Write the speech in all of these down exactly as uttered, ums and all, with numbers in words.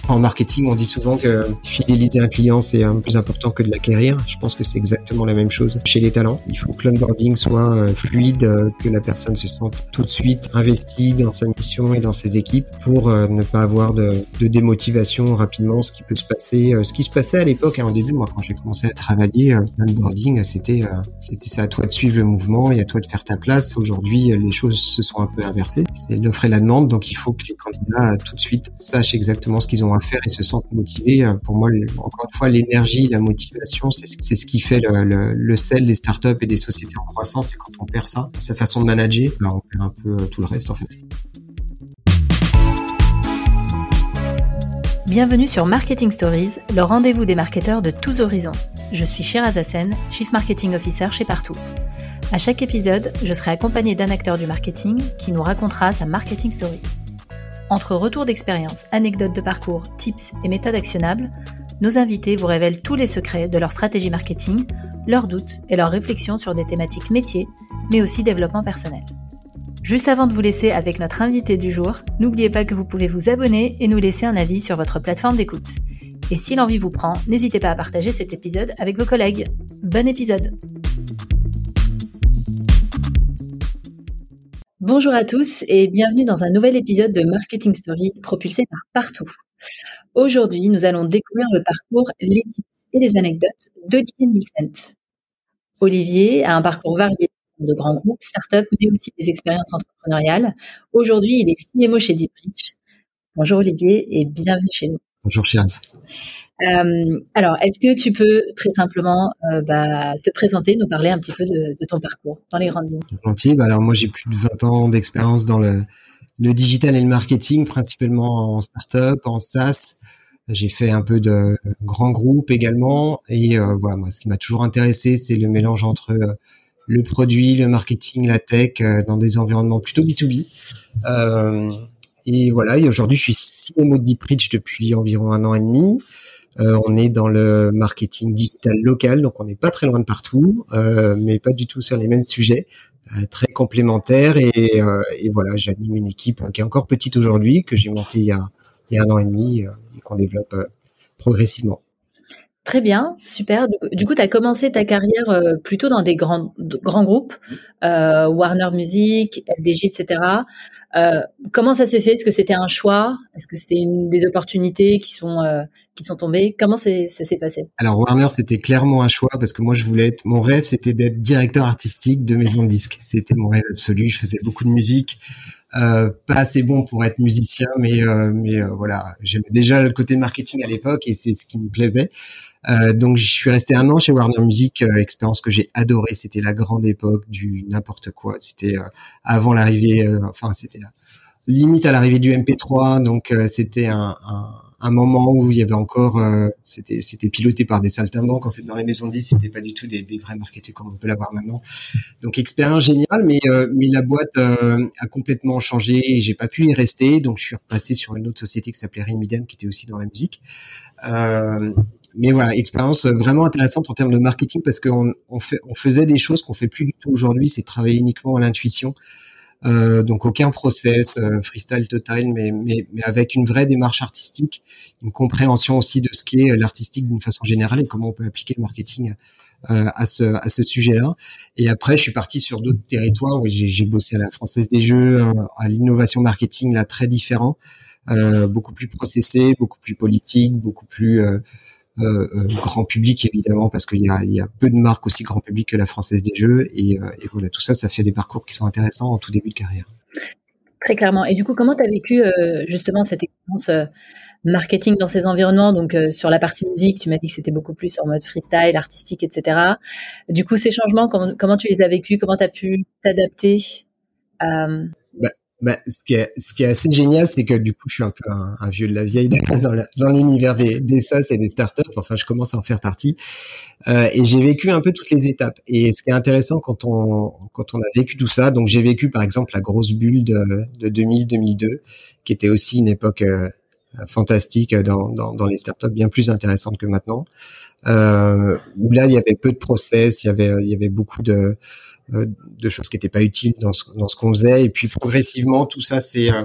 En marketing, on dit souvent que fidéliser un client, c'est plus important que de l'acquérir. Je pense que c'est exactement la même chose chez les talents. Il faut que l'onboarding soit fluide, que la personne se sente tout de suite investie dans sa mission et dans ses équipes pour ne pas avoir de, de démotivation rapidement, ce qui peut se passer, ce qui se passait à l'époque, hein, au début, moi, quand j'ai commencé à travailler, l'onboarding, c'était, c'était ça, à toi de suivre le mouvement et à toi de faire ta place. Aujourd'hui, les choses se sont un peu inversées. C'est l'offre et la demande, donc il faut que les candidats tout de suite sachent exactement ce qu'ils ont à faire et se sentent motivés. Pour moi, encore une fois, l'énergie, la motivation, c'est, c'est ce qui fait le, le, le sel des startups et des sociétés en croissance. Et quand on perd ça, sa façon de manager, ben on perd un peu tout le reste en fait. Bienvenue sur Marketing Stories, le rendez-vous des marketeurs de tous horizons. Je suis Shiraz Hassen, Chief Marketing Officer chez Partout. À chaque épisode, je serai accompagnée d'un acteur du marketing qui nous racontera sa marketing story. Entre retours d'expérience, anecdotes de parcours, tips et méthodes actionnables, nos invités vous révèlent tous les secrets de leur stratégie marketing, leurs doutes et leurs réflexions sur des thématiques métiers, mais aussi développement personnel. Juste avant de vous laisser avec notre invité du jour, n'oubliez pas que vous pouvez vous abonner et nous laisser un avis sur votre plateforme d'écoute. Et si l'envie vous prend, n'hésitez pas à partager cet épisode avec vos collègues. Bon épisode! Bonjour à tous et bienvenue dans un nouvel épisode de Marketing Stories propulsé par Partout. Aujourd'hui, nous allons découvrir le parcours, les tips et les anecdotes d'Olivier Milcent. Olivier a un parcours varié de grands groupes, startups, mais aussi des expériences entrepreneuriales. Aujourd'hui, il est C M O chez Deepreach. Bonjour Olivier et bienvenue chez nous. Bonjour Shiraz. Euh, alors, est-ce que tu peux très simplement euh, bah, te présenter, nous parler un petit peu de, de ton parcours dans les grandes lignes? Volontiers. Bah alors moi, j'ai plus de vingt ans d'expérience dans le, le digital et le marketing, principalement en start-up, en SaaS. J'ai fait un peu de grands groupes également. Et euh, voilà, moi, ce qui m'a toujours intéressé, c'est le mélange entre euh, le produit, le marketing, la tech, euh, dans des environnements plutôt B deux B. Euh, et voilà, et aujourd'hui, je suis C M O de Deepreach depuis environ un an et demi. Euh, on est dans le marketing digital local, donc on n'est pas très loin de Partout, euh, mais pas du tout sur les mêmes sujets, euh, très complémentaires. Et, euh, et voilà, j'anime une équipe qui est encore petite aujourd'hui, que j'ai montée il y a, il y a un an et demi euh, et qu'on développe euh, progressivement. Très bien, super. Du coup, tu as commencé ta carrière euh, plutôt dans des grands, de, grands groupes, euh, Warner Music, F D J, et cetera. Euh, comment ça s'est fait? Est-ce que c'était un choix? Est-ce que c'était une des opportunités qui sont euh, qui sont tombées? Comment c'est, ça s'est passé? Alors Warner, c'était clairement un choix parce que moi, je voulais être. Mon rêve, c'était d'être directeur artistique de maison de disques. C'était mon rêve absolu. Je faisais beaucoup de musique. Euh, pas assez bon pour être musicien, mais euh, mais euh, voilà, j'aimais déjà le côté marketing à l'époque et c'est ce qui me plaisait. Euh, donc je suis resté un an chez Warner Music, euh, expérience que j'ai adorée. C'était la grande époque du n'importe quoi. C'était euh, avant l'arrivée, euh, enfin c'était limite à l'arrivée du M P trois, donc euh, c'était un, un un moment où il y avait encore, euh, c'était c'était piloté par des saltimbanques en fait dans les maisons de disques, c'était pas du tout des, des vrais marketeurs comme on peut l'avoir maintenant. Donc expérience géniale, mais euh, mais la boîte euh, a complètement changé et j'ai pas pu y rester, donc je suis repassé sur une autre société qui s'appelait Remedium, qui était aussi dans la musique. Euh, mais voilà, expérience vraiment intéressante en termes de marketing parce qu'on on fait on faisait des choses qu'on fait plus du tout aujourd'hui, c'est travailler uniquement à l'intuition. Euh, donc aucun process, euh, freestyle total, mais, mais, mais avec une vraie démarche artistique, une compréhension aussi de ce qu'est l'artistique d'une façon générale et comment on peut appliquer le marketing euh, à ce à ce sujet-là. Et après, je suis parti sur d'autres territoires où j'ai, j'ai bossé à la Française des Jeux, euh, à l'innovation marketing là très différent, euh, beaucoup plus processé, beaucoup plus politique, beaucoup plus euh, Euh, euh, grand public évidemment parce qu'il y a, il y a peu de marques aussi grand public que la Française des Jeux et, euh, et voilà, tout ça, ça fait des parcours qui sont intéressants en tout début de carrière. Très clairement. Et du coup, comment tu as vécu euh, justement cette expérience euh, marketing dans ces environnements? Donc euh, sur la partie musique, tu m'as dit que c'était beaucoup plus en mode freestyle, artistique, et cetera. Du coup, ces changements, comment, comment tu les as vécus? Comment tu as pu t'adapter? euh... bah, bah, ce qui est, ce qui est assez génial, c'est que du coup, je suis un peu un, un vieux de la vieille dans, la, dans l'univers des, des SaaS et des startups. Enfin, je commence à en faire partie. Euh, et j'ai vécu un peu toutes les étapes. Et ce qui est intéressant quand on, quand on a vécu tout ça, donc j'ai vécu par exemple la grosse bulle de, de deux mille deux mille deux, qui était aussi une époque euh, fantastique dans, dans, dans les startups, bien plus intéressante que maintenant. Euh, où là, il y avait peu de process, il y avait, il y avait beaucoup de de choses qui n'étaient pas utiles dans ce, dans ce qu'on faisait. Et puis progressivement, tout ça s'est, euh,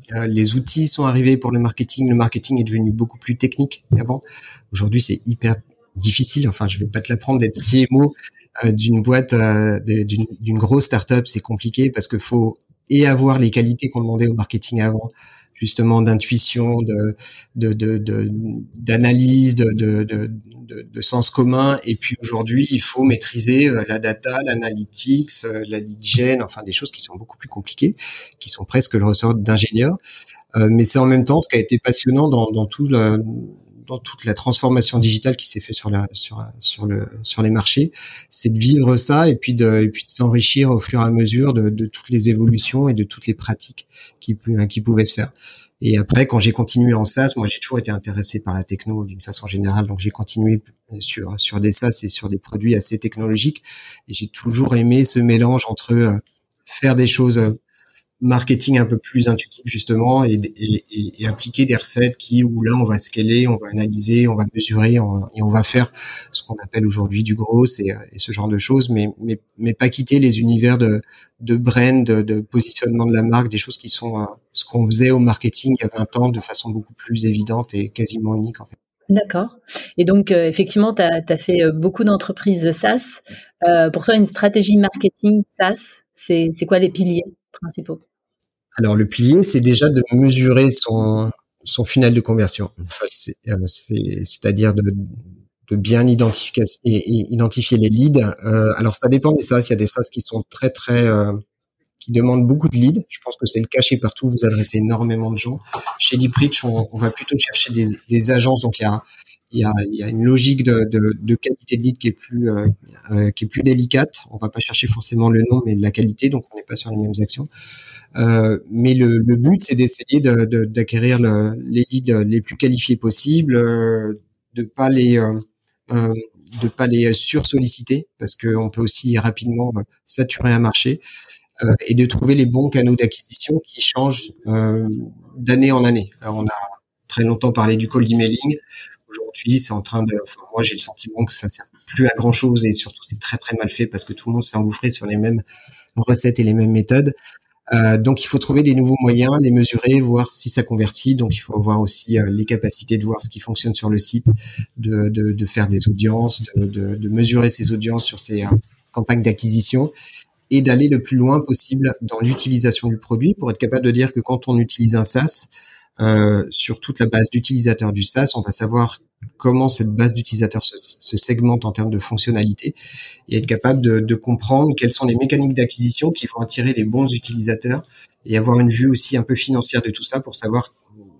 euh, les outils sont arrivés pour le marketing. Le marketing est devenu beaucoup plus technique qu'avant. Aujourd'hui, c'est hyper difficile. Enfin, je vais pas te l'apprendre d'être C M O euh, d'une boîte, euh, de, d'une, d'une grosse startup. C'est compliqué parce que faut et avoir les qualités qu'on demandait au marketing avant, justement d'intuition, de, de, de, de d'analyse, de, de, de, de, de sens commun. Et puis aujourd'hui, il faut maîtriser euh, la data, l'analytics, euh, la lead gen, enfin des choses qui sont beaucoup plus compliquées, qui sont presque le ressort d'ingénieurs. Euh, mais c'est en même temps ce qui a été passionnant dans, dans tout le, dans toute la transformation digitale qui s'est fait sur la, sur, sur le, sur les marchés, c'est de vivre ça et puis de, et puis de s'enrichir au fur et à mesure de, de toutes les évolutions et de toutes les pratiques qui, qui pouvaient se faire. Et après, quand j'ai continué en SaaS, moi, j'ai toujours été intéressé par la techno d'une façon générale. Donc, j'ai continué sur, sur des SaaS et sur des produits assez technologiques. Et j'ai toujours aimé ce mélange entre euh, faire des choses euh, marketing un peu plus intuitif justement et, et, et, et appliquer des recettes qui où là on va scaler, on va analyser, on va mesurer on, et on va faire ce qu'on appelle aujourd'hui du gros et, et ce genre de choses, mais mais mais pas quitter les univers de de brand, de, de positionnement de la marque, des choses qui sont euh, ce qu'on faisait au marketing il y a vingt ans de façon beaucoup plus évidente et quasiment unique en fait. D'accord. Et donc, euh, effectivement, tu as fait euh, beaucoup d'entreprises SaaS. Euh, pour toi, une stratégie marketing SaaS, c'est, c'est quoi les piliers principaux? Alors, le pilier, c'est déjà de mesurer son, son funnel de conversion. Enfin, c'est, c'est, c'est-à-dire de, de bien identifier, identifier les leads. Euh, alors, ça dépend des SaaS. Il y a des SaaS qui sont très, très... Euh, qui demandent beaucoup de leads. Je pense que c'est le cas chez Partout. Vous adressez énormément de gens. Chez Deepreach, on, on va plutôt chercher des, des agences. Donc, il y a, il y a, il y a une logique de, de, de qualité de lead qui est plus, euh, euh, qui est plus délicate. On va pas chercher forcément le nom, mais la qualité. Donc, on n'est pas sur les mêmes actions. Euh, mais le, le but, c'est d'essayer de, de, d'acquérir le, les leads les plus qualifiés possibles, euh, de pas les euh, euh, de pas les sursolliciter parce que on peut aussi rapidement saturer un marché euh, et de trouver les bons canaux d'acquisition qui changent euh, d'année en année. Alors, on a très longtemps parlé du cold emailing. Aujourd'hui, c'est en train de. Enfin, moi, j'ai le sentiment que ça sert plus à grand chose et surtout c'est très très mal fait parce que tout le monde s'est engouffré sur les mêmes recettes et les mêmes méthodes. Euh, donc, il faut trouver des nouveaux moyens, les mesurer, voir si ça convertit. Donc, il faut voir aussi euh, les capacités de voir ce qui fonctionne sur le site, de, de, de faire des audiences, de, de, de mesurer ces audiences sur ces euh, campagnes d'acquisition et d'aller le plus loin possible dans l'utilisation du produit pour être capable de dire que quand on utilise un SaaS, euh, sur toute la base d'utilisateurs du SaaS, on va savoir comment cette base d'utilisateurs se, se segmente en termes de fonctionnalité et être capable de, de comprendre quelles sont les mécaniques d'acquisition qui vont attirer les bons utilisateurs et avoir une vue aussi un peu financière de tout ça pour savoir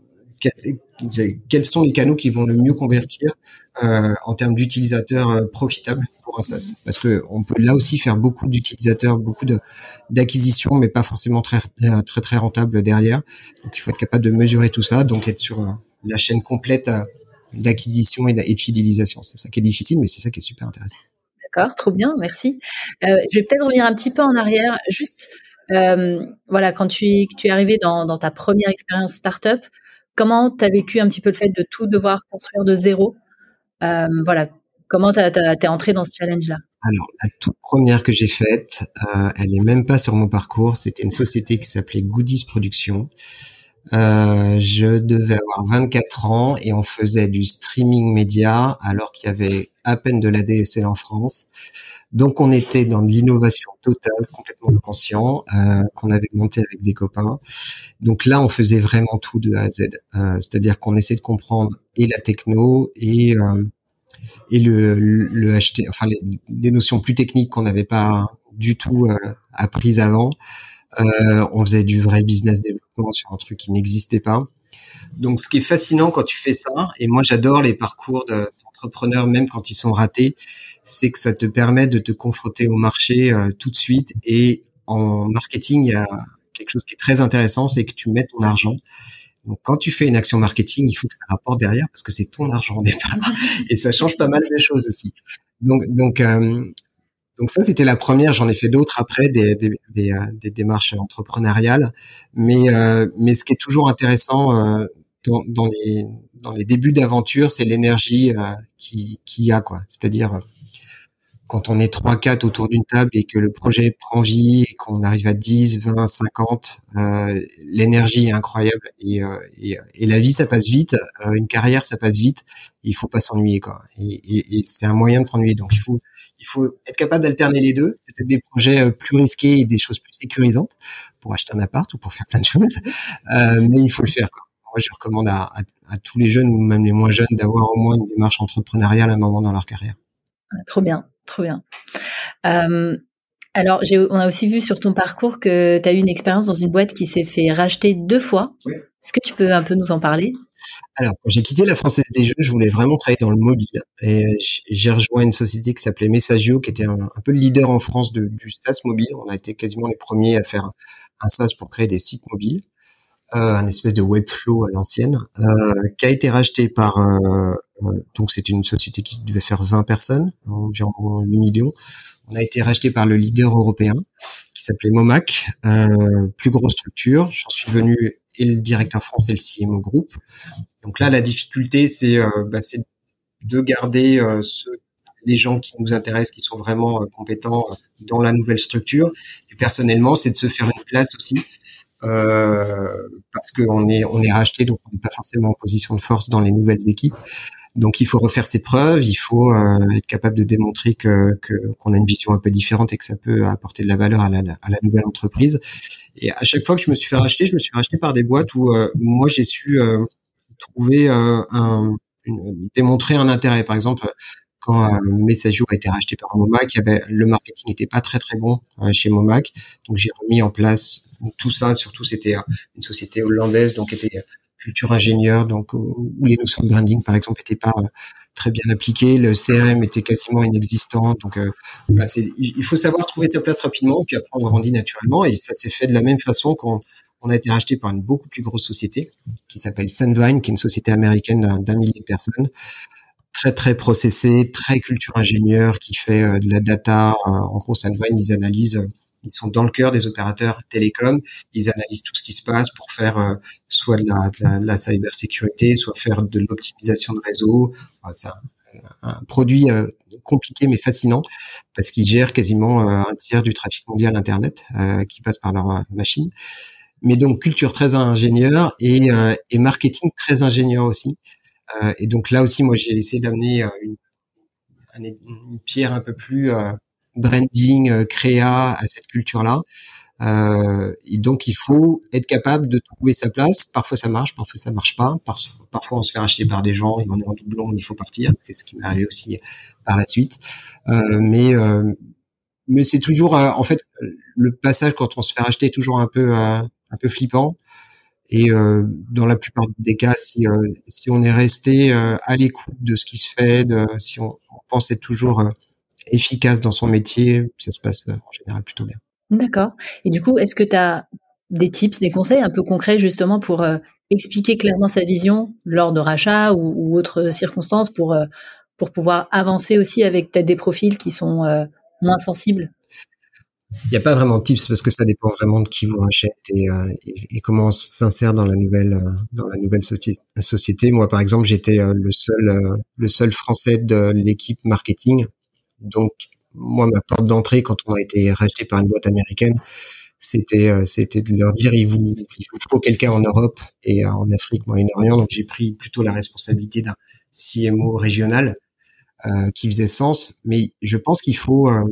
quels, quels sont les canaux qui vont le mieux convertir euh, en termes d'utilisateurs euh, profitables pour un SaaS. Parce que on peut là aussi faire beaucoup d'utilisateurs, beaucoup de d'acquisitions, mais pas forcément très très très rentables derrière. Donc il faut être capable de mesurer tout ça, donc être sur euh, la chaîne complète euh, d'acquisition et de fidélisation. C'est ça qui est difficile, mais c'est ça qui est super intéressant. D'accord, trop bien, merci. Euh, je vais peut-être revenir un petit peu en arrière. Juste, euh, voilà, quand tu es, tu es arrivé dans, dans ta première expérience startup, comment tu as vécu un petit peu le fait de tout devoir construire de zéro? euh, Voilà, comment tu es entré dans ce challenge-là? Alors, la toute première que j'ai faite, euh, elle est même pas sur mon parcours. C'était une société qui s'appelait Goodies Productions. Euh, je devais avoir vingt-quatre ans et on faisait du streaming média alors qu'il y avait à peine de l'A D S L en France. Donc on était dans de l'innovation totale, complètement inconscient, euh, qu'on avait monté avec des copains. Donc là, on faisait vraiment tout de A à Z. Euh, c'est-à-dire qu'on essaie de comprendre et la techno et euh, et le, le, le H T, enfin les, les notions plus techniques qu'on n'avait pas du tout euh, apprises avant. Euh, on faisait du vrai business développement sur un truc qui n'existait pas. Donc, ce qui est fascinant quand tu fais ça, et moi j'adore les parcours de, d'entrepreneurs, même quand ils sont ratés, c'est que ça te permet de te confronter au marché euh, tout de suite. Et en marketing, il y a quelque chose qui est très intéressant, c'est que tu mets ton argent. Donc, quand tu fais une action marketing, il faut que ça rapporte derrière parce que c'est ton argent au départ. Et ça change pas mal de choses aussi. Donc, donc, euh, Donc ça, c'était la première. J'en ai fait d'autres après, des, des, des, des démarches entrepreneuriales. Mais, euh, mais ce qui est toujours intéressant euh, dans, dans, les, dans les débuts d'aventure, c'est l'énergie euh, qui, qu'il y a, quoi. C'est-à-dire, quand on est trois quatre autour d'une table et que le projet prend vie et qu'on arrive à dix, vingt, cinquante, euh, l'énergie est incroyable et, euh, et, et la vie ça passe vite, euh, une carrière ça passe vite, il faut pas s'ennuyer quoi. Et, et, et c'est un moyen de s'ennuyer, donc il faut il faut être capable d'alterner les deux, peut-être des projets plus risqués et des choses plus sécurisantes pour acheter un appart ou pour faire plein de choses, euh, mais il faut le faire quoi. Moi je recommande à, à, à tous les jeunes ou même les moins jeunes d'avoir au moins une démarche entrepreneuriale à un moment dans leur carrière. Trop bien, trop bien. Euh, alors, j'ai, on a aussi vu sur ton parcours que tu as eu une expérience dans une boîte qui s'est fait racheter deux fois. Oui. Est-ce que tu peux un peu nous en parler ? Alors, quand j'ai quitté la Française des Jeux, je voulais vraiment travailler dans le mobile. Et j'ai rejoint une société qui s'appelait Messagio, qui était un, un peu le leader en France de, du SaaS mobile. On a été quasiment les premiers à faire un, un SaaS pour créer des sites mobiles. Euh, un espèce de Webflow à l'ancienne, euh, qui a été racheté par, euh, euh, donc c'était une société qui devait faire vingt personnes, environ huit millions. On a été racheté par le leader européen, qui s'appelait Momac, euh, plus grosse structure. J'en suis devenu et le directeur France et le C M O groupe. Donc là, la difficulté, c'est, euh, bah, c'est de garder euh, ceux, les gens qui nous intéressent, qui sont vraiment euh, compétents dans la nouvelle structure. Et personnellement, c'est de se faire une place aussi. Euh, parce qu'on est on est racheté, donc on n'est pas forcément en position de force dans les nouvelles équipes. Donc il faut refaire ses preuves, il faut euh, être capable de démontrer que, que qu'on a une vision un peu différente et que ça peut apporter de la valeur à la, à la nouvelle entreprise. Et à chaque fois que je me suis fait racheter, je me suis racheté par des boîtes où, euh, où moi j'ai su euh, trouver euh, un une, démontrer un intérêt. Par exemple, quand euh, Messagio a été racheté par Momac, il y avait, le marketing n'était pas très très bon euh, chez Momac, donc j'ai remis en place tout ça. Surtout, c'était euh, une société hollandaise, donc était euh, culture ingénieur, donc où les notions de branding, par exemple, n'étaient pas euh, très bien appliquées. Le C R M était quasiment inexistant, donc euh, bah, c'est, il faut savoir trouver sa place rapidement, puis après on grandit naturellement, et ça s'est fait de la même façon qu'on on a été racheté par une beaucoup plus grosse société qui s'appelle Sandvine, qui est une société américaine d'un, d'un millier de personnes. Très très processé, très culture ingénieur, qui fait euh, de la data. Euh, en gros, Sandvine, ils analysent, euh, ils sont dans le cœur des opérateurs télécoms. Ils analysent tout ce qui se passe pour faire euh, soit de la, de la, de la cybersécurité, soit faire de l'optimisation de réseau. Enfin, c'est un, un produit euh, compliqué mais fascinant parce qu'ils gèrent quasiment euh, un tiers du trafic mondial Internet euh, qui passe par leur euh, machine. Mais donc culture très ingénieur et, euh, et marketing très ingénieur aussi. Euh, et donc là aussi, moi, j'ai essayé d'amener euh, une, une pierre un peu plus euh, branding, euh, créa à cette culture-là. Euh, et donc, il faut être capable de trouver sa place. Parfois, ça marche, parfois, ça marche pas. Par, parfois, on se fait racheter par des gens, et on est en doublon, il faut partir. C'est ce qui m'est arrivé aussi par la suite. Euh, mais euh, mais c'est toujours, euh, en fait, le passage quand on se fait racheter est toujours un peu euh, un peu flippant. Et euh, dans la plupart des cas, si euh, si on est resté euh, à l'écoute de ce qui se fait, de, si on, on pense être toujours euh, efficace dans son métier, ça se passe euh, en général plutôt bien. D'accord. Et du coup, est-ce que tu as des tips, des conseils un peu concrets justement pour euh, expliquer clairement sa vision lors de rachat ou, ou autres circonstances pour euh, pour pouvoir avancer aussi avec peut-être des profils qui sont euh, moins sensibles? Il n'y a pas vraiment de tips parce que ça dépend vraiment de qui vous rachète et, euh, et, et comment on s'insère dans la nouvelle euh, dans la nouvelle soci- société. Moi, par exemple, j'étais euh, le seul euh, le seul Français de l'équipe marketing. Donc, moi, ma porte d'entrée quand on a été racheté par une boîte américaine, c'était euh, c'était de leur dire il vous il vous faut quelqu'un en Europe et euh, en Afrique, Moyen-Orient. Donc, j'ai pris plutôt la responsabilité d'un C M O régional euh, qui faisait sens. Mais je pense qu'il faut euh,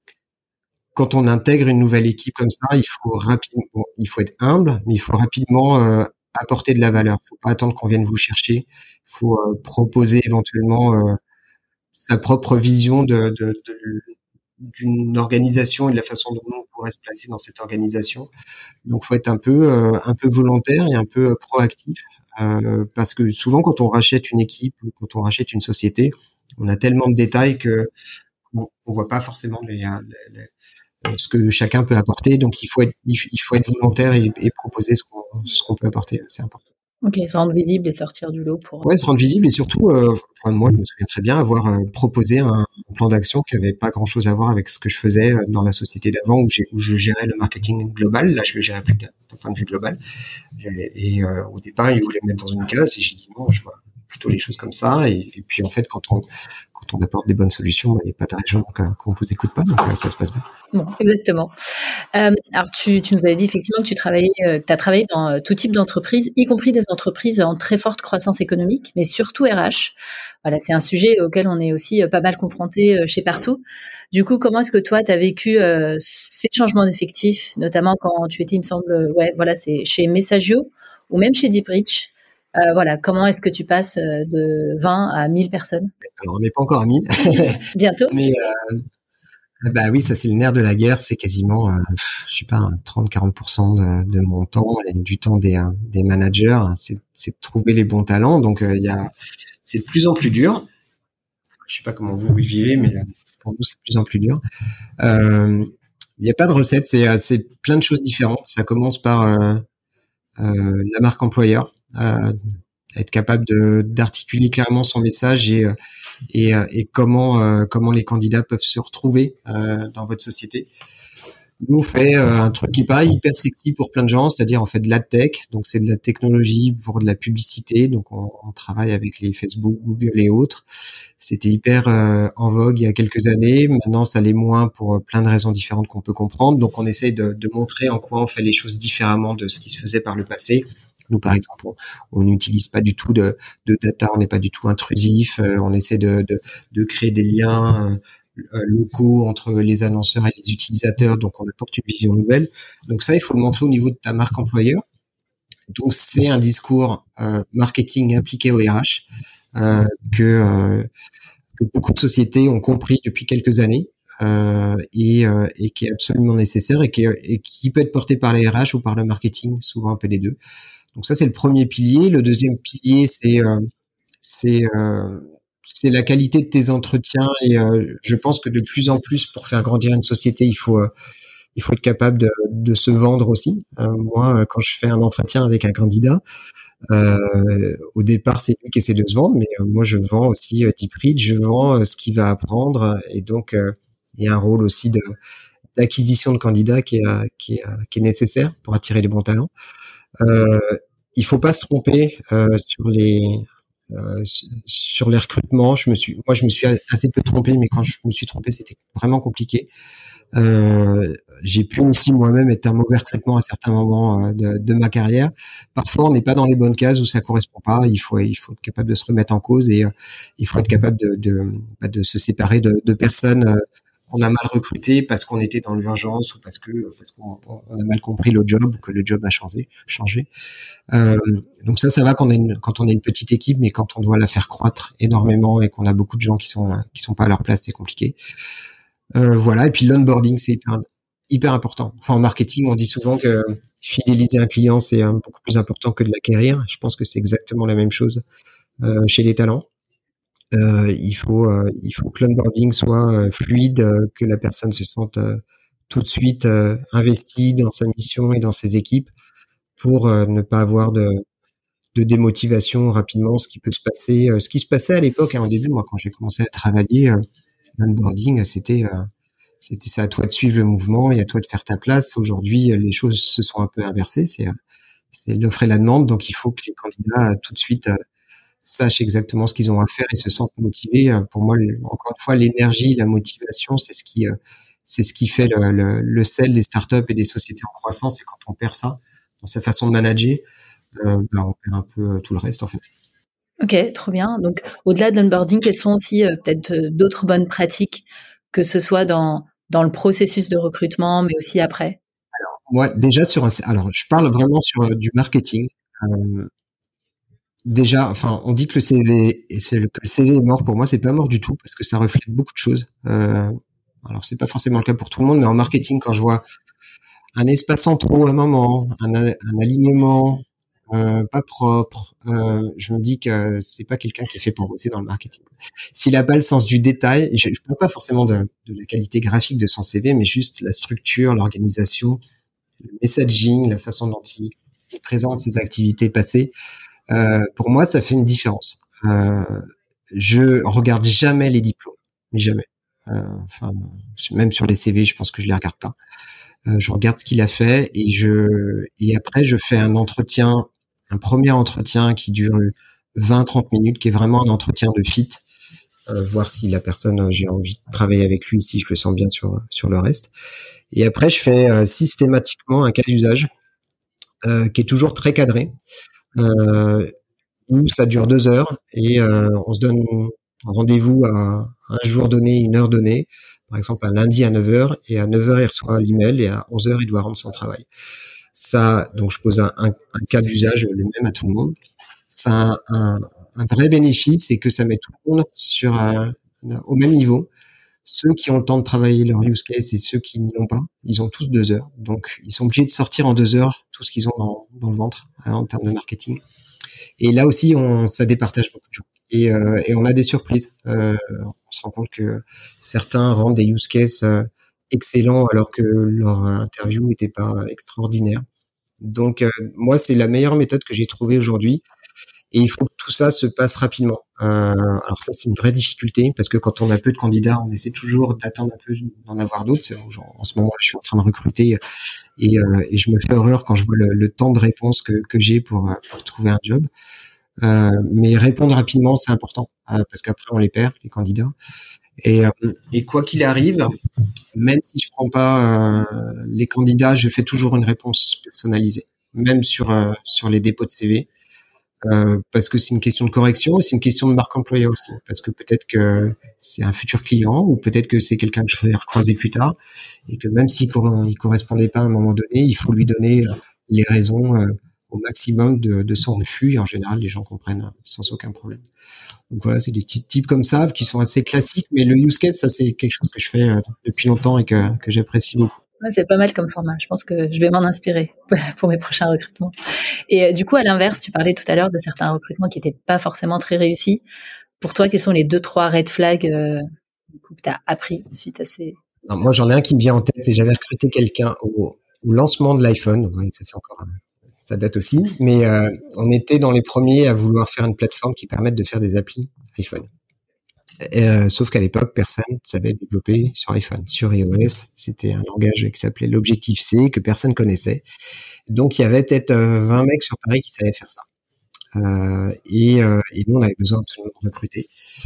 quand on intègre une nouvelle équipe comme ça, il faut rapidement, bon, il faut être humble, mais il faut rapidement euh, apporter de la valeur. Il faut pas attendre qu'on vienne vous chercher. Il faut euh, proposer éventuellement euh, sa propre vision de, de, de, d'une organisation et de la façon dont on pourrait se placer dans cette organisation. Donc, faut être un peu, euh, un peu volontaire et un peu proactif, euh, parce que souvent, quand on rachète une équipe ou quand on rachète une société, on a tellement de détails que on, on voit pas forcément les, les, les ce que chacun peut apporter, donc il faut être, il faut être volontaire et, et proposer ce qu'on, ce qu'on peut apporter, c'est important. Ok, se rendre visible et sortir du lot pour... Ouais, se rendre visible et surtout, euh, enfin, moi je me souviens très bien avoir euh, proposé un plan d'action qui avait pas grand-chose à voir avec ce que je faisais dans la société d'avant où, j'ai, où je gérais le marketing global, là je le gérais plus d'un, d'un point de vue global. Et, et euh, au départ, ils voulaient me mettre dans une case et j'ai dit non, je vois plutôt les choses comme ça. Et, et puis en fait, quand on quand quand on apporte des bonnes solutions, il n'y a pas de raison qu'on vous écoute pas, donc ça se passe bien. Bon, exactement. Euh, alors, tu, tu nous avais dit effectivement que tu travaillais, euh, que tu as travaillé dans euh, tout type d'entreprise, y compris des entreprises en très forte croissance économique, mais surtout R H. Voilà, c'est un sujet auquel on est aussi euh, pas mal confronté euh, chez Partout. Du coup, comment est-ce que toi, tu as vécu euh, ces changements d'effectifs, notamment quand tu étais, il me semble, ouais, voilà, c'est chez Messagio ou même chez Deepreach. Euh, voilà, comment est-ce que tu passes de vingt à mille personnes? Alors, on n'est pas encore à mille. Bientôt. Mais euh, bah oui, ça c'est le nerf de la guerre, c'est quasiment, euh, je sais pas, trente à quarante pour cent de, de mon temps, et du temps des, euh, des managers, c'est, c'est de trouver les bons talents. Donc il euh, y a, c'est de plus en plus dur. Je sais pas comment vous le vivez, mais pour nous c'est de plus en plus dur. Il euh, n'y a pas de recette, c'est, c'est plein de choses différentes. Ça commence par euh, euh, la marque employeur. Euh, être capable de d'articuler clairement son message et et, et comment euh, comment les candidats peuvent se retrouver euh, dans votre société. Nous on fait euh, un truc qui paraît hyper sexy pour plein de gens, c'est-à-dire on fait de la tech, donc c'est de la technologie pour de la publicité, donc on, on travaille avec les Facebook, Google et autres. C'était hyper euh, en vogue il y a quelques années, maintenant ça l'est moins pour plein de raisons différentes qu'on peut comprendre, donc on essaye de, de montrer en quoi on fait les choses différemment de ce qui se faisait par le passé. Nous, par exemple, on n'utilise pas du tout de, de data, on n'est pas du tout intrusif, euh, on essaie de, de, de créer des liens euh, locaux entre les annonceurs et les utilisateurs, donc on apporte une vision nouvelle. Donc ça, il faut le montrer au niveau de ta marque employeur. Donc c'est un discours euh, marketing appliqué au R H euh, que, euh, que beaucoup de sociétés ont compris depuis quelques années. Euh, et, euh, et qui est absolument nécessaire et qui, et qui peut être porté par les R H ou par le marketing, souvent un peu les deux. Donc ça c'est le premier pilier. Le deuxième pilier c'est euh, c'est euh, c'est la qualité de tes entretiens et euh, je pense que de plus en plus pour faire grandir une société il faut euh, il faut être capable de, de se vendre aussi. Euh, moi quand je fais un entretien avec un candidat, euh, au départ c'est lui qui essaie de se vendre, mais euh, moi je vends aussi euh, Deepreach, je vends euh, ce qu'il va apprendre et donc euh, il y a un rôle aussi de d'acquisition de candidats qui est qui est qui est nécessaire pour attirer les bons talents. Euh, il faut pas se tromper euh, sur les euh, sur les recrutements. Je me suis, moi, je me suis assez peu trompé, mais quand je me suis trompé, c'était vraiment compliqué. Euh, j'ai pu aussi moi-même être un mauvais recrutement à certains moments euh, de, de ma carrière. Parfois, on n'est pas dans les bonnes cases où ça correspond pas. Il faut, il faut être capable de se remettre en cause et euh, il faut être capable de, de, de se séparer de, de personnes euh, qu'on a mal recruté parce qu'on était dans l'urgence ou parce que parce qu'on on a mal compris le job ou que le job a changé changé. Euh, donc ça ça va quand on a une quand on a une petite équipe, mais quand on doit la faire croître énormément et qu'on a beaucoup de gens qui sont qui sont pas à leur place, c'est compliqué. Euh, voilà, et puis l'onboarding c'est hyper hyper important. Enfin en marketing, on dit souvent que fidéliser un client c'est euh, beaucoup plus important que de l'acquérir. Je pense que c'est exactement la même chose euh, chez les talents. Euh, il faut euh, il faut que l'onboarding soit euh, fluide, euh, que la personne se sente euh, tout de suite euh, investie dans sa mission et dans ses équipes pour euh, ne pas avoir de de démotivation rapidement, ce qui peut se passer, euh, ce qui se passait à l'époque hein, au début. Moi, quand j'ai commencé à travailler, euh, l'onboarding, c'était euh, c'était ça, à toi de suivre le mouvement et à toi de faire ta place. Aujourd'hui, les choses se sont un peu inversées, c'est c'est l'offre et la demande, donc il faut que les candidats tout de suite euh, sachent exactement ce qu'ils ont à faire et se sentent motivés. Pour moi, encore une fois, l'énergie, la motivation, c'est ce qui, c'est ce qui fait le, le, le sel des startups et des sociétés en croissance. Et quand on perd ça dans sa façon de manager, euh, ben on perd un peu tout le reste, en fait. Ok, trop bien. Donc, au-delà de l'onboarding, quelles sont aussi euh, peut-être euh, d'autres bonnes pratiques, que ce soit dans dans le processus de recrutement, mais aussi après? Alors, moi, déjà sur un, alors, je parle vraiment sur euh, du marketing. Euh, Déjà, enfin, on dit que le C V, c'est le, que le C V est mort. Pour moi, c'est pas mort du tout parce que ça reflète beaucoup de choses. Euh, alors, c'est pas forcément le cas pour tout le monde, mais en marketing, quand je vois un espace en trop à un moment, un, un alignement euh, pas propre, euh, je me dis que c'est pas quelqu'un qui est fait pour bosser dans le marketing. S'il a pas le sens du détail, je, je parle pas forcément de, de la qualité graphique de son C V, mais juste la structure, l'organisation, le messaging, la façon dont il, il présente ses activités passées. Euh, pour moi, ça fait une différence. Euh, je regarde jamais les diplômes, jamais. Euh, enfin, même sur les C V, je pense que je les regarde pas. Euh, je regarde ce qu'il a fait et je et après je fais un entretien, un premier entretien qui dure vingt à trente minutes, qui est vraiment un entretien de fit euh, voir si la personne, euh, j'ai envie de travailler avec lui, si je le sens bien sur sur le reste. Et après, je fais euh, systématiquement un cas d'usage euh, qui est toujours très cadré, euh, où ça dure deux heures et euh, on se donne rendez-vous à un jour donné, une heure donnée. Par exemple, un lundi à neuf heures, et à neuf heures, il reçoit l'email, et à onze heures, il doit rendre son travail. Ça, donc, je pose un, un, un cas d'usage le même à tout le monde. Ça a un, un, un vrai bénéfice, c'est que ça met tout le monde sur un, au même niveau. Ceux qui ont le temps de travailler leur use case et ceux qui n'y l'ont pas, ils ont tous deux heures. Donc, ils sont obligés de sortir en deux heures tout ce qu'ils ont dans, dans le ventre, hein, en termes de marketing. Et là aussi, on, ça départage beaucoup de gens. Et, euh, et on a des surprises. Euh, on se rend compte que certains rendent des use cases euh, excellents alors que leur interview n'était pas extraordinaire. Donc, euh, moi, c'est la meilleure méthode que j'ai trouvée aujourd'hui. Et il faut que tout ça se passe rapidement. Euh, alors ça, c'est une vraie difficulté parce que quand on a peu de candidats, on essaie toujours d'attendre un peu d'en avoir d'autres. Genre, en ce moment, je suis en train de recruter et, euh, et je me fais horreur quand je vois le, le temps de réponse que, que j'ai pour, pour trouver un job. Euh, mais répondre rapidement, c'est important euh, parce qu'après on les perd, les candidats. Et, euh, et quoi qu'il arrive, même si je prends pas euh, les candidats, je fais toujours une réponse personnalisée, même sur euh, sur les dépôts de C V, euh, parce que c'est une question de correction et c'est une question de marque employeur aussi, parce que peut-être que c'est un futur client ou peut-être que c'est quelqu'un que je vais recroiser plus tard et que même s'il cor- il correspondait pas à un moment donné, il faut lui donner les raisons euh, au maximum de, de son refus, et en général, les gens comprennent sans aucun problème. Donc voilà, c'est des petits types comme ça qui sont assez classiques, mais le use case, ça c'est quelque chose que je fais euh, depuis longtemps et que, que j'apprécie beaucoup. Ouais, c'est pas mal comme format. Je pense que je vais m'en inspirer pour mes prochains recrutements. Et euh, du coup, à l'inverse, tu parlais tout à l'heure de certains recrutements qui n'étaient pas forcément très réussis. Pour toi, quels sont les deux, trois red flags euh, que tu as appris suite à ces... Alors, moi, j'en ai un qui me vient en tête, c'est j'avais recruté quelqu'un au, au lancement de l'iPhone. Donc, ouais, ça fait encore un... Ça date aussi, mais euh, on était dans les premiers à vouloir faire une plateforme qui permette de faire des applis iPhone. Et, euh, sauf qu'à l'époque, personne ne savait développer sur iPhone. Sur iOS, c'était un langage qui s'appelait l'Objective-C, que personne connaissait. Donc, il y avait peut-être euh, vingt mecs sur Paris qui savaient faire ça. Euh, et, euh, et nous, on avait besoin absolument de recruter.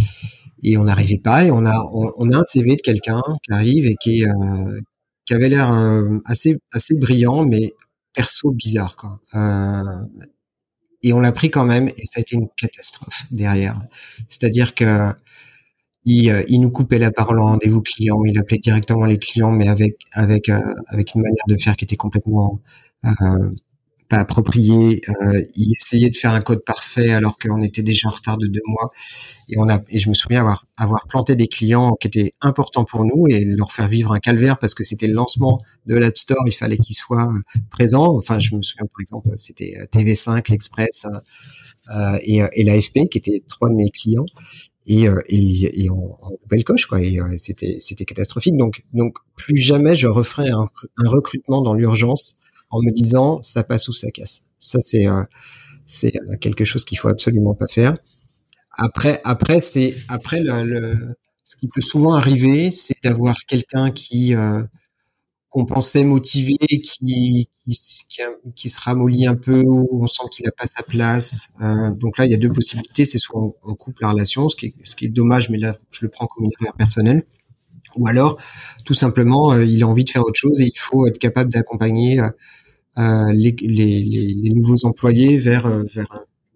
Et on n'arrivait pas. Et on a, on, on a un C V de quelqu'un qui arrive et qui, est, euh, qui avait l'air euh, assez, assez brillant, mais perso bizarre, quoi. Euh, et on l'a pris quand même, et ça a été une catastrophe derrière. C'est-à-dire que il, euh, il nous coupait la parole en rendez-vous client, il appelait directement les clients, mais avec avec euh, avec une manière de faire qui était complètement euh, pas appropriée. Euh, il essayait de faire un code parfait alors qu'on était déjà en retard de deux mois. Et on a, et je me souviens avoir, avoir planté des clients qui étaient importants pour nous et leur faire vivre un calvaire parce que c'était le lancement de l'App Store, il fallait qu'ils soient présents. Enfin, je me souviens, par exemple, c'était T V cinq, l'Express, euh, et, et l'A F P qui étaient trois de mes clients. Et, et, et on, on coupait le coche, quoi. Et c'était, c'était catastrophique. Donc, donc, plus jamais je referai un, un recrutement dans l'urgence en me disant ça passe ou ça casse. Ça, c'est, euh, c'est quelque chose qu'il faut absolument pas faire. Après, après, c'est après le, le, ce qui peut souvent arriver, c'est d'avoir quelqu'un qui euh, qu'on pensait motivé, qui qui, qui qui se ramollit un peu, où on sent qu'il n'a pas sa place. Euh, donc là, il y a deux possibilités. C'est soit on, on coupe la relation, ce qui est, ce qui est dommage, mais là, je le prends comme une erreur personnelle. Ou alors, tout simplement, euh, il a envie de faire autre chose et il faut être capable d'accompagner euh, les, les, les, les nouveaux employés vers vers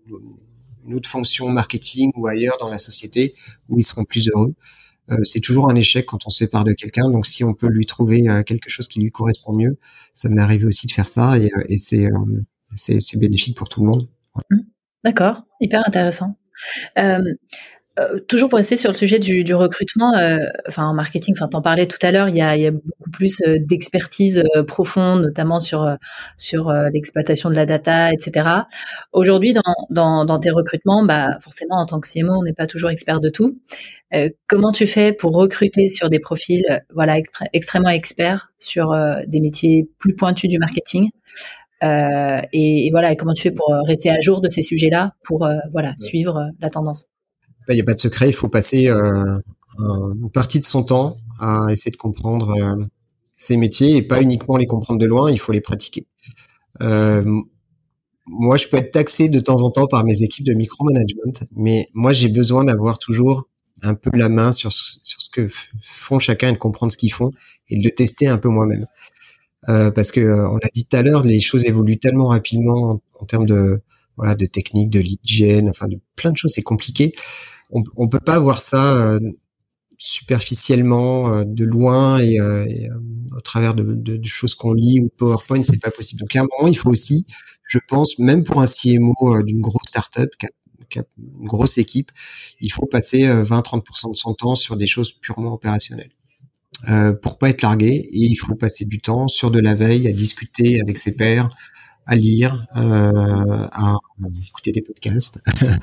une autre fonction marketing ou ailleurs dans la société où ils seront plus heureux. Euh, c'est toujours un échec quand on se sépare de quelqu'un. Donc, si on peut lui trouver euh, quelque chose qui lui correspond mieux, ça m'est arrivé aussi de faire ça et, euh, et c'est, euh, c'est, c'est bénéfique pour tout le monde. Ouais. D'accord, hyper intéressant. Euh, euh, toujours pour rester sur le sujet du, du recrutement, euh, enfin en marketing, enfin t'en parlais tout à l'heure, il y a, il y a beaucoup plus euh, d'expertise euh, profonde, notamment sur euh, sur euh, l'exploitation de la data, et cetera. Aujourd'hui, dans dans, dans tes recrutements, bah forcément en tant que C M O, on n'est pas toujours expert de tout. Euh, comment tu fais pour recruter sur des profils, euh, voilà, extra- extrêmement experts sur euh, des métiers plus pointus du marketing? Euh, et, et voilà, et comment tu fais pour rester à jour de ces sujets-là, pour euh, voilà suivre euh, la tendance? Il n'y a pas de secret, il faut passer euh, une partie de son temps à essayer de comprendre euh, ces métiers et pas uniquement les comprendre de loin, il faut les pratiquer. Euh, moi, je peux être taxé de temps en temps par mes équipes de micromanagement, mais moi, j'ai besoin d'avoir toujours un peu la main sur ce, sur ce que font chacun et de comprendre ce qu'ils font et de le tester un peu moi-même. Euh, parce que euh, on l'a dit tout à l'heure, les choses évoluent tellement rapidement en, en termes de voilà de technique, de lead gen, enfin de plein de choses, c'est compliqué. On on peut pas voir ça euh, superficiellement euh, de loin et, euh, et euh, au travers de, de, de choses qu'on lit ou de PowerPoint, c'est pas possible. Donc à un moment, il faut aussi, je pense, même pour un C M O euh, d'une grosse startup qui a, qui a une grosse équipe, il faut passer euh, vingt à trente pour cent de son temps sur des choses purement opérationnelles. Euh, pour pas être largué, et il faut passer du temps sur de la veille, à discuter avec ses pairs, à lire, euh, à, à écouter des podcasts,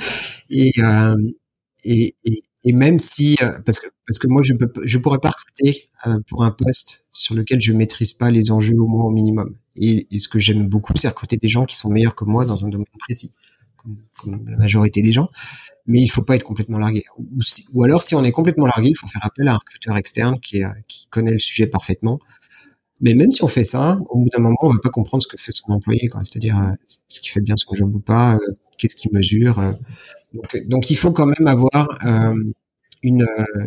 et, euh, et, et, et même si, euh, parce que parce que moi je peux, je pourrais pas recruter euh, pour un poste sur lequel je maîtrise pas les enjeux au moins au minimum. Et, et ce que j'aime beaucoup, c'est recruter des gens qui sont meilleurs que moi dans un domaine précis, comme, comme la majorité des gens. Mais il faut pas être complètement largué. Ou, si, ou alors, si on est complètement largué, il faut faire appel à un recruteur externe qui, est, qui connaît le sujet parfaitement. Mais même si on fait ça, au bout d'un moment, on va pas comprendre ce que fait son employé, quoi. C'est-à-dire euh, ce qui fait bien son job ou pas, euh, qu'est-ce qu'il mesure. Euh. Donc, donc, il faut quand même avoir euh, une euh,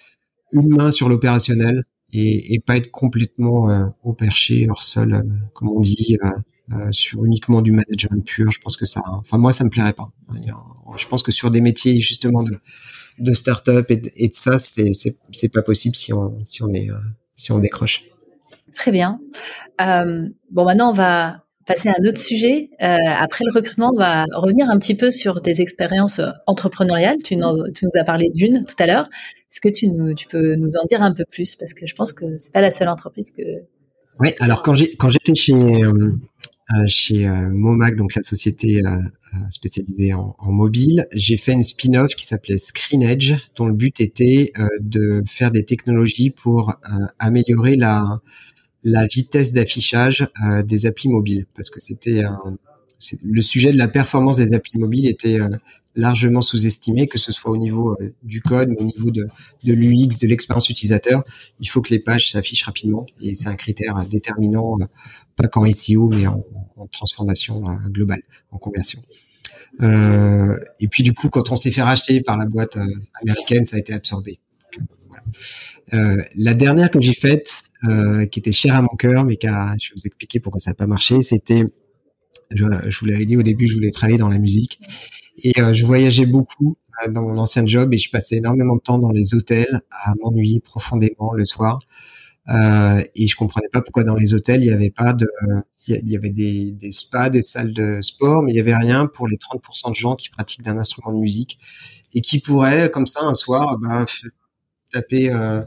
une main sur l'opérationnel et, et pas être complètement euh, au perché, hors sol, euh, comme on dit. Euh, Euh, sur uniquement du management pur, je pense que ça, enfin moi ça me plairait pas. Je pense que sur des métiers justement de de start-up et de, et de ça, c'est c'est c'est pas possible si on si on est euh, si on décroche. Très bien. Euh, bon, maintenant on va passer à un autre sujet. Euh, après le recrutement, on va revenir un petit peu sur tes expériences entrepreneuriales. Tu nous, tu nous as parlé d'une tout à l'heure. Est-ce que tu nous tu peux nous en dire un peu plus, parce que je pense que c'est pas la seule entreprise que. Oui, alors quand j'ai quand j'étais chez euh, Euh, chez euh, Momac, donc la société euh, spécialisée en, en mobile, j'ai fait une spin-off qui s'appelait ScreenEdge, dont le but était euh, de faire des technologies pour euh, améliorer la la vitesse d'affichage euh, des applis mobiles, parce que c'était un, c'est, le sujet de la performance des applis mobiles était euh, largement sous-estimé, que ce soit au niveau euh, du code, mais au niveau de, de l'U X, de l'expérience utilisateur. Il faut que les pages s'affichent rapidement, et c'est un critère déterminant, euh, pas qu'en S E O, mais en, en transformation euh, globale, en conversion. Euh, et puis du coup, quand on s'est fait racheter par la boîte euh, américaine, ça a été absorbé. Donc, voilà. Euh, la dernière que j'ai faite, euh, qui était chère à mon cœur, mais qui a, je vais vous expliquer pourquoi ça n'a pas marché, c'était, je, je vous l'avais dit au début, je voulais travailler dans la musique, et euh, je voyageais beaucoup euh, dans mon ancien job, et je passais énormément de temps dans les hôtels à m'ennuyer profondément le soir. Euh, et je comprenais pas pourquoi dans les hôtels il y avait pas de, il y avait des, des spas, des salles de sport, mais il y avait rien pour les trente pour cent de gens qui pratiquent d'un instrument de musique et qui pourraient, comme ça, un soir, bah, taper, euh,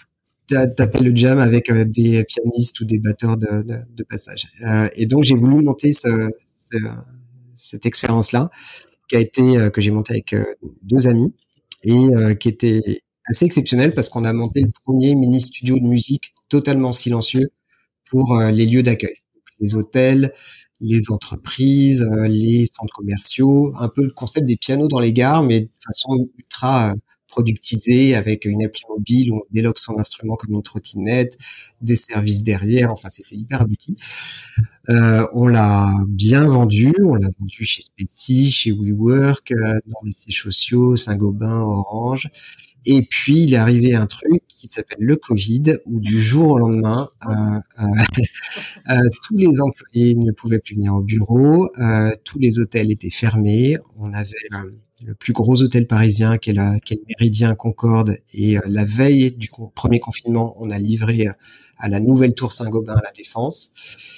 taper le jam avec euh, des pianistes ou des batteurs de, de, de passage. Euh, et donc j'ai voulu monter ce, ce, cette expérience-là, qui a été euh, que j'ai monté avec euh, deux amis et euh, qui était assez exceptionnel parce qu'on a monté le premier mini studio de musique totalement silencieux pour euh, les lieux d'accueil, les hôtels, les entreprises, euh, les centres commerciaux, un peu le concept des pianos dans les gares, mais de façon ultra euh, productisée avec une appli mobile où on déloque son instrument comme une trottinette, des services derrière, enfin c'était hyper abouti. Euh, on l'a bien vendu, on l'a vendu chez Specy, chez WeWork, euh, dans les sièges sociaux, Saint-Gobain, Orange. Et puis, il est arrivé un truc qui s'appelle le Covid, où du jour au lendemain, euh, euh, euh, tous les employés ne pouvaient plus venir au bureau, euh, tous les hôtels étaient fermés. On avait euh, le plus gros hôtel parisien, qui est, la, qui est le Méridien Concorde, et euh, la veille du con- premier confinement, on a livré à la nouvelle tour Saint-Gobain à la Défense.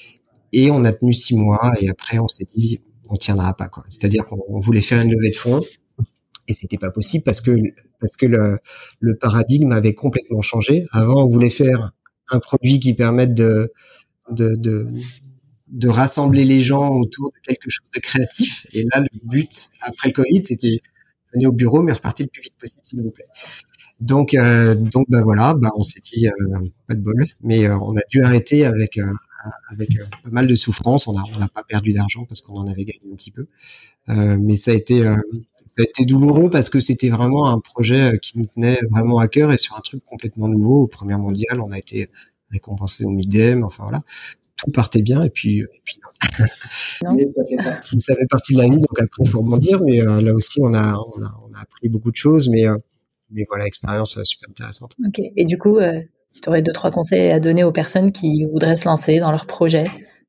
Et on a tenu six mois, et après, on s'est dit, on tiendra pas, quoi. C'est-à-dire qu'on voulait faire une levée de fonds, et c'était pas possible parce que parce que le, le paradigme avait complètement changé. Avant, on voulait faire un produit qui permette de de de, de rassembler les gens autour de quelque chose de créatif. Et là, le but après le Covid, c'était venez au bureau, mais repartez le plus vite possible, s'il vous plaît. Donc euh, donc bah voilà, bah on s'est dit euh, pas de bol, mais euh, on a dû arrêter avec euh, avec euh, pas mal de souffrance. On a on n'a pas perdu d'argent parce qu'on en avait gagné un petit peu, euh, mais ça a été euh, ça a été douloureux parce que c'était vraiment un projet qui nous tenait vraiment à cœur et sur un truc complètement nouveau. Au Première Mondiale, on a été récompensé au Midem. Enfin voilà, tout partait bien et puis, et puis non. Non. Ça, fait partie, ça fait partie de la vie. Donc après, il faut rebondir. Mais euh, là aussi, on a, on a, on a appris beaucoup de choses. Mais euh, mais voilà, expérience super intéressante. Ok. Et du coup, euh, si tu aurais deux, trois conseils à donner aux personnes qui voudraient se lancer dans leur projet?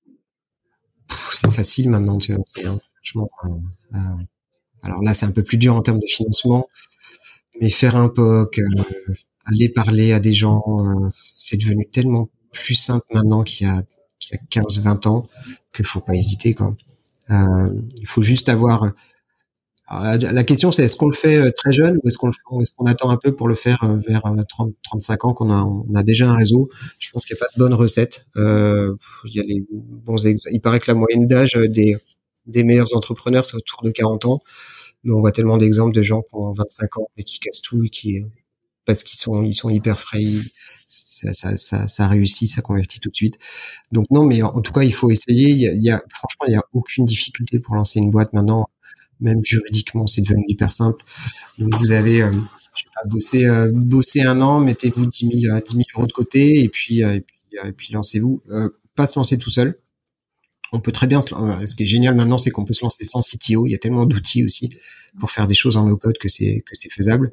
Pff, c'est facile maintenant de se lancer, hein, franchement. Euh, euh, alors là, c'est un peu plus dur en termes de financement, mais faire un P O C, euh, aller parler à des gens, euh, c'est devenu tellement plus simple maintenant qu'il y a, qu'il y a quinze vingt ans qu'il faut pas hésiter, quoi. Euh, il faut juste avoir... Alors, la, la question, c'est est-ce qu'on le fait très jeune ou est-ce qu'on le fait, est-ce qu'on attend un peu pour le faire vers trente trente-cinq ans qu'on a, on a déjà un réseau? Je pense qu'il n'y a pas de bonne recette. Euh, il y a les bons exemples. Il paraît que la moyenne d'âge des, des meilleurs entrepreneurs, c'est autour de quarante ans. Mais on voit tellement d'exemples de gens qui ont vingt-cinq ans et qui cassent tout et qui, parce qu'ils sont, ils sont hyper frais, ça, ça, ça, ça réussit, ça convertit tout de suite. Donc non, mais en, en tout cas, il faut essayer. Il y a, il y a franchement, il y a aucune difficulté pour lancer une boîte maintenant. Même juridiquement, c'est devenu hyper simple. Donc vous avez, euh, je sais pas, bossé, euh, bossé un an, mettez-vous dix mille euros de côté et puis, euh, et puis, euh, et puis lancez-vous. Euh, pas se lancer tout seul. On peut très bien se, euh, ce qui est génial maintenant, c'est qu'on peut se lancer sans C T O. Il y a tellement d'outils aussi pour faire des choses en no-code que c'est que c'est faisable.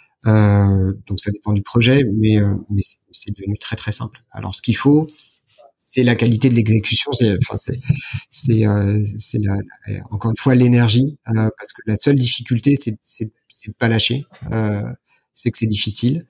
Euh, donc ça dépend du projet, mais euh, mais c'est, c'est devenu très très simple. Alors ce qu'il faut, c'est la qualité de l'exécution. C'est enfin c'est c'est euh, c'est la, la, encore une fois l'énergie, euh, parce que la seule difficulté, c'est c'est c'est de pas lâcher. Euh, c'est que c'est difficile.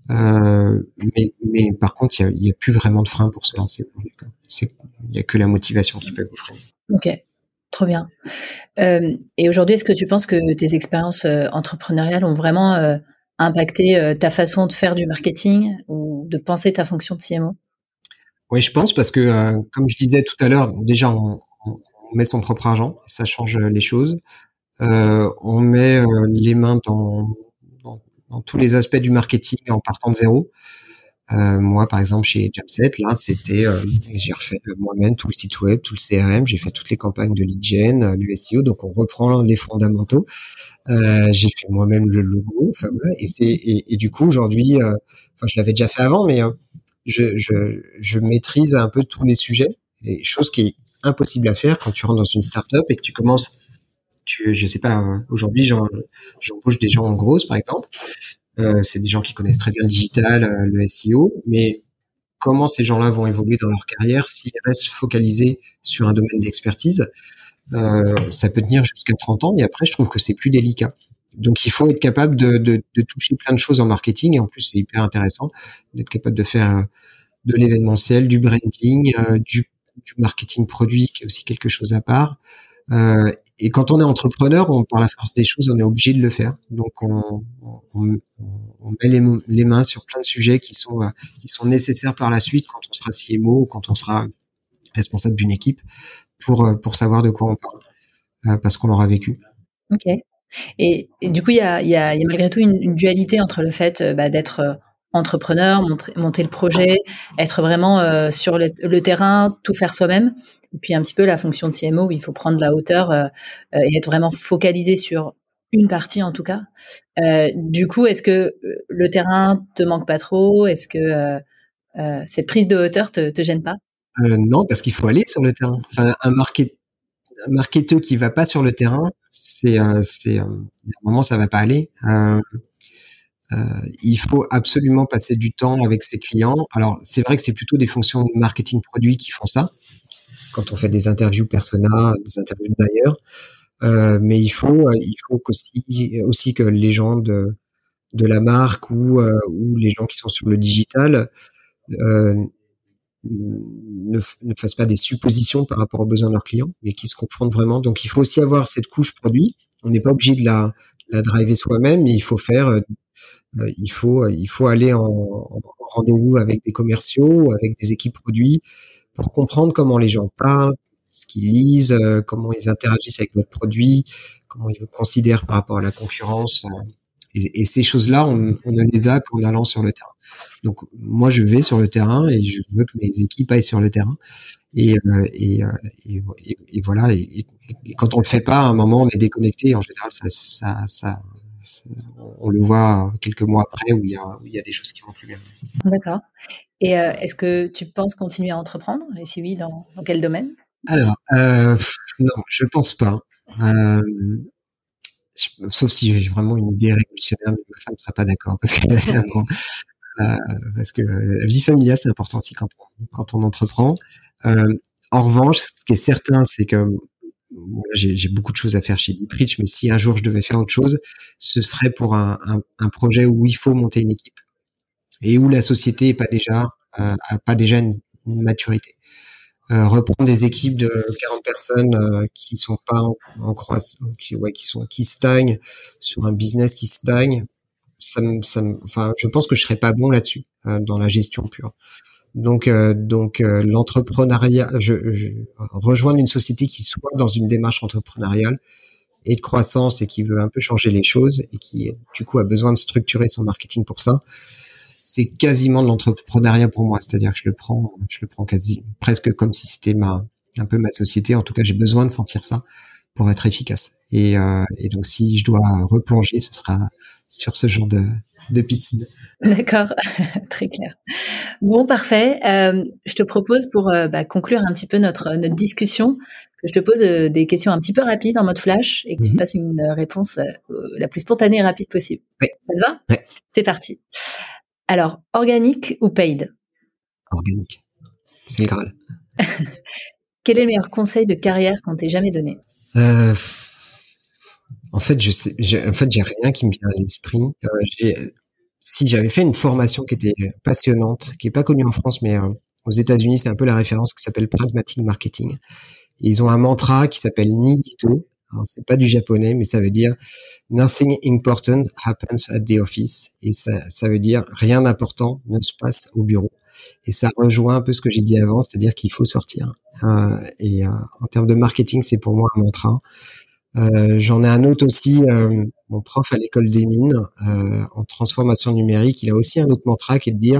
Euh, mais, mais par contre, il y a, il y a plus vraiment de frein pour se lancer. C'est, il y a que la motivation qui peut vous freiner. Ok, trop bien. Euh, et aujourd'hui, est-ce que tu penses que tes expériences euh, entrepreneuriales ont vraiment euh, impacté euh, ta façon de faire du marketing ou de penser ta fonction de C M O? Oui, je pense parce que, euh, comme je disais tout à l'heure, déjà on, on, on met son propre argent, ça change les choses. Euh, on met euh, les mains dans, dans, dans tous les aspects du marketing en partant de zéro. Euh, moi, par exemple, chez Jamset, là, c'était, euh, j'ai refait moi-même tout le site web, tout le C R M, j'ai fait toutes les campagnes de lead gen, euh, du S E O, donc on reprend les fondamentaux. Euh, j'ai fait moi-même le logo, enfin voilà, et c'est, et, et du coup aujourd'hui, euh, enfin je l'avais déjà fait avant, mais euh, je, je, je maîtrise un peu tous les sujets, et chose qui est impossible à faire quand tu rentres dans une startup et que tu commences, tu, je sais pas, euh, aujourd'hui j'en, j'embauche des gens en grosse, par exemple. Euh, c'est des gens qui connaissent très bien le digital, euh, le S E O, mais comment ces gens-là vont évoluer dans leur carrière s'ils restent focalisés sur un domaine d'expertise? Euh, ça peut tenir jusqu'à trente ans, et après, je trouve que c'est plus délicat. Donc, il faut être capable de, de, de toucher plein de choses en marketing, et en plus, c'est hyper intéressant d'être capable de faire euh, de l'événementiel, du branding, euh, du, du marketing produit, qui est aussi quelque chose à part. Euh, et quand on est entrepreneur, on, par la force des choses, on est obligé de le faire. Donc, on, on, on met les, les mains sur plein de sujets qui sont, euh, qui sont nécessaires par la suite quand on sera C M O ou quand on sera responsable d'une équipe pour, euh, pour savoir de quoi on parle, euh, parce qu'on l'aura vécu. Ok. Et, et du coup, il y a, y, a, y a malgré tout une, une dualité entre le fait euh, bah, d'être euh, entrepreneur, monter, monter le projet, être vraiment euh, sur le, le terrain, tout faire soi-même, et puis un petit peu la fonction de C M O où il faut prendre la hauteur euh, euh, et être vraiment focalisé sur une partie en tout cas. Euh, du coup, est-ce que le terrain te manque pas trop? Est-ce que euh, euh, cette prise de hauteur te, te gêne pas? euh, Non, parce qu'il faut aller sur le terrain. Enfin, un market, un marketeur qui va pas sur le terrain, c'est, euh, c'est, euh, à un moment ça va pas aller. Euh, Euh, il faut absolument passer du temps avec ses clients. Alors, c'est vrai que c'est plutôt des fonctions de marketing produit qui font ça, quand on fait des interviews persona, des interviews de bailleurs. Euh, mais il faut, euh, il faut qu'aussi, aussi que les gens de, de la marque ou, euh, ou les gens qui sont sur le digital euh, ne, ne fassent pas des suppositions par rapport aux besoins de leurs clients, mais qui se confrontent vraiment. Donc, il faut aussi avoir cette couche produit. On n'est pas obligé de la, la driver soi-même, mais il faut faire euh, il faut, il faut aller en, en rendez-vous avec des commerciaux, avec des équipes produits, pour comprendre comment les gens parlent, ce qu'ils lisent, euh, comment ils interagissent avec votre produit, comment ils vous considèrent par rapport à la concurrence. Et, et ces choses-là, on, on ne les a qu'en allant sur le terrain. Donc, moi, je vais sur le terrain et je veux que mes équipes aillent sur le terrain. Et, euh, et, et, et, et voilà. Et, et quand on le fait pas, à un moment, on est déconnecté. En général, ça, ça, ça, on le voit quelques mois après où il y a, où il y a des choses qui vont plus bien. D'accord. Et euh, est-ce que tu penses continuer à entreprendre? Et si oui, dans, dans quel domaine? Alors, euh, non, je pense pas. Euh, je, sauf si j'ai vraiment une idée révolutionnaire, mais ma femme ne sera pas d'accord parce que euh, parce que la vie familiale c'est important aussi quand on, quand on entreprend. Euh, en revanche, ce qui est certain, c'est que bon, j'ai, j'ai beaucoup de choses à faire chez Deeprich, mais si un jour je devais faire autre chose, ce serait pour un, un, un projet où il faut monter une équipe et où la société est pas déjà euh, a pas déjà une, une maturité. Euh, reprendre des équipes de quarante personnes euh, qui sont pas en, en croissance, qui, ouais, qui sont qui stagnent sur un business qui stagne, ça me, ça me, enfin, je pense que je serais pas bon là-dessus euh, dans la gestion pure. Donc, euh, donc euh, l'entrepreneuriat, je, je rejoindre une société qui soit dans une démarche entrepreneuriale et de croissance et qui veut un peu changer les choses et qui du coup a besoin de structurer son marketing pour ça. C'est quasiment de l'entrepreneuriat pour moi, c'est-à-dire que je le prends, je le prends quasi presque comme si c'était ma, un peu ma société. En tout cas, j'ai besoin de sentir ça pour être efficace. Et, euh, et donc, si je dois replonger, ce sera sur ce genre de, de piscine. D'accord, très clair. Bon, parfait. Euh, je te propose pour euh, bah, conclure un petit peu notre notre discussion que je te pose euh, des questions un petit peu rapides en mode flash et que mm-hmm. tu me fasses une réponse euh, la plus spontanée et rapide possible. Oui. Ça te va ? Oui. C'est parti. Alors, organique ou paid ? Organique. C'est le Graal. Quel est le meilleur conseil de carrière qu'on t'ait jamais donné ? euh, En fait, je sais, j'ai, en fait, j'ai rien qui me vient à l'esprit. Euh, j'ai, si j'avais fait une formation qui était passionnante, qui est pas connue en France, mais euh, aux États-Unis, c'est un peu la référence, qui s'appelle Pragmatic Marketing. Et ils ont un mantra qui s'appelle Nihito. Alors, c'est pas du japonais, mais ça veut dire Nothing important happens at the office. Et ça, ça veut dire rien d'important ne se passe au bureau. Et ça rejoint un peu ce que j'ai dit avant, c'est-à-dire qu'il faut sortir. Euh, et euh, en termes de marketing, c'est pour moi un mantra. Euh, j'en ai un autre aussi, euh, mon prof à l'école des mines, euh, en transformation numérique, il a aussi un autre mantra qui est de dire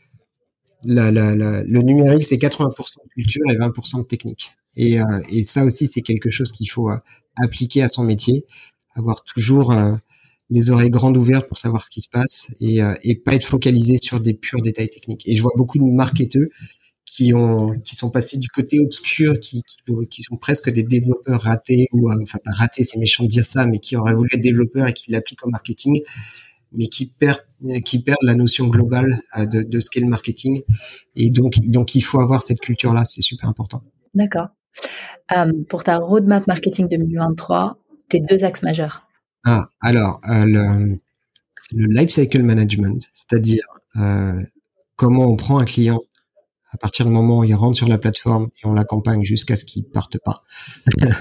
la, la, la, le numérique, c'est quatre-vingts pour cent de culture et vingt pour cent de technique. Et, euh, et ça aussi, c'est quelque chose qu'il faut euh, appliquer à son métier, avoir toujours euh, les oreilles grandes ouvertes pour savoir ce qui se passe et, euh, et pas être focalisé sur des purs détails techniques. Et je vois beaucoup de marketeurs qui ont, qui sont passés du côté obscur, qui, qui, qui sont presque des développeurs ratés ou, euh, enfin pas ratés, c'est méchant de dire ça, mais qui auraient voulu être développeurs et qui l'appliquent au marketing, mais qui perdent, qui perdent la notion globale euh, de, de ce qu'est le marketing. Et donc, donc il faut avoir cette culture-là, c'est super important. D'accord. Euh, pour ta roadmap marketing deux mille vingt-trois, tes deux axes majeurs. Ah, alors euh, le, le life cycle management, c'est-à-dire euh, comment on prend un client à partir du moment où il rentre sur la plateforme et on l'accompagne jusqu'à ce qu'il parte pas, euh,